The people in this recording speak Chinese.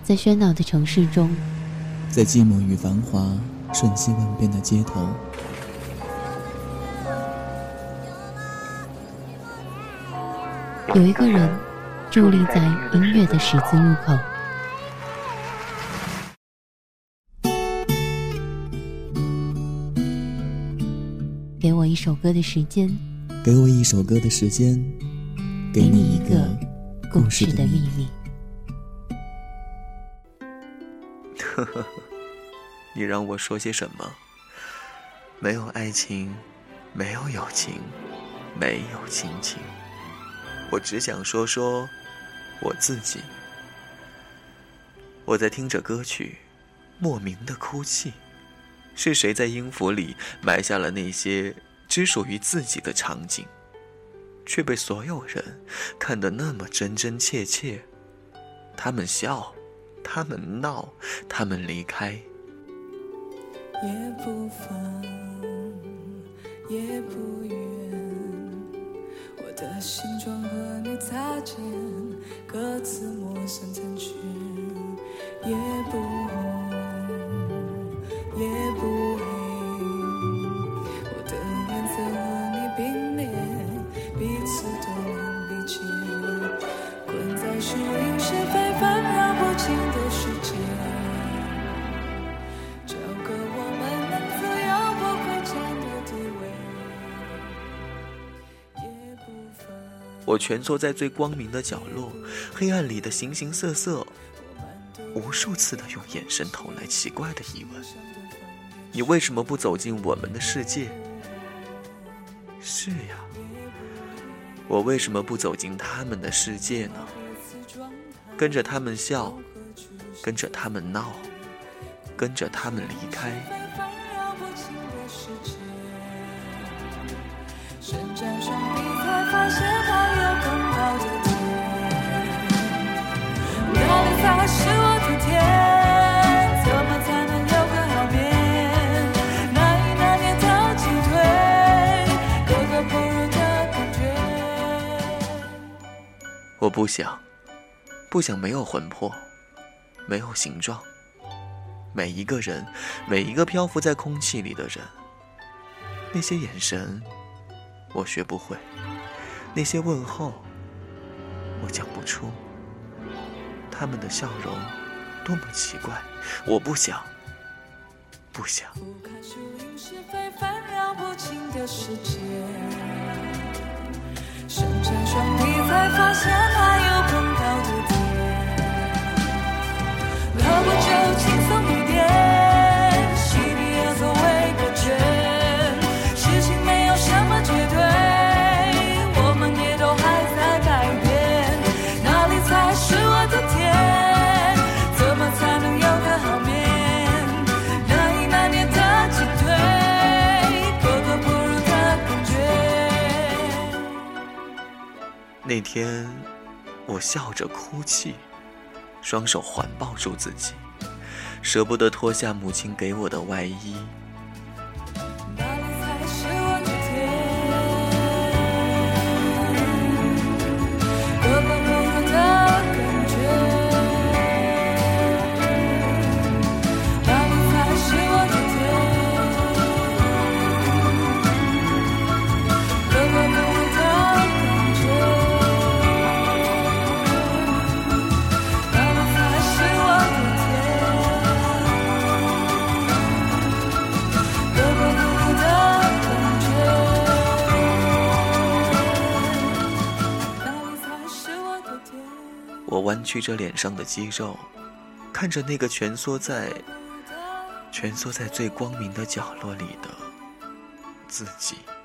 在喧闹的城市中， 在寂寞与繁华瞬息万变的街头， 有一个人伫立在音乐的十字路口。给我一首歌的时间， 给我一首歌的时间，给你一个故事的秘密。 你让我说些什么？没有爱情，没有友情，没有亲情，我只想说说我自己。我在听着歌曲，莫名的哭泣。是谁在音符里埋下了那些只属于自己的场景，却被所有人看得那么真真切切？他们笑，他们闹，他们离开， 也不分也不远，我的形状和你擦肩，各自陌生残缺，也不红也不黑，我的颜色和你并列，彼此都能理解，困在是因是非纷扰不清的世界，找个我们能自由不亏欠的地位，也不分。 我蜷缩在最光明的角落，黑暗里的形形色色，无数次的用眼神投来奇怪的疑问：你为什么不走进我们的世界？是呀，我为什么不走进他们的世界呢？跟着他们笑，跟着他们闹，跟着他们离开。 伸展双臂才发现还有更高的天，哪里才是我的天？怎么才能有个好面？那一那年头击退格格不入的感觉。 我不想没有魂魄，没有形状。每一个人，每一个漂浮在空气里的人，那些眼神我学不会，那些问候我讲不出，他们的笑容多么奇怪，我不想不看输赢是非纷扰不清的世界，伸展双臂才发现还有更高的天，何不就轻松一点，犀利而作为隔绝，事情没有什么绝对，我们也都还在改变，哪里才是我的天？怎么才能有个好面？那一那年的击退格格不入的感觉。 那天我笑着哭泣，双手环抱住自己，舍不得脱下母亲给我的外衣。 哪里才是我的天？格格不入的感觉。哪里才是我的天？格格不入的感觉。哪里才是我的天？格格不入的感觉。哪里才是我的天？ 我弯曲着脸上的肌肉，看着那个蜷缩在最光明的角落里的自己。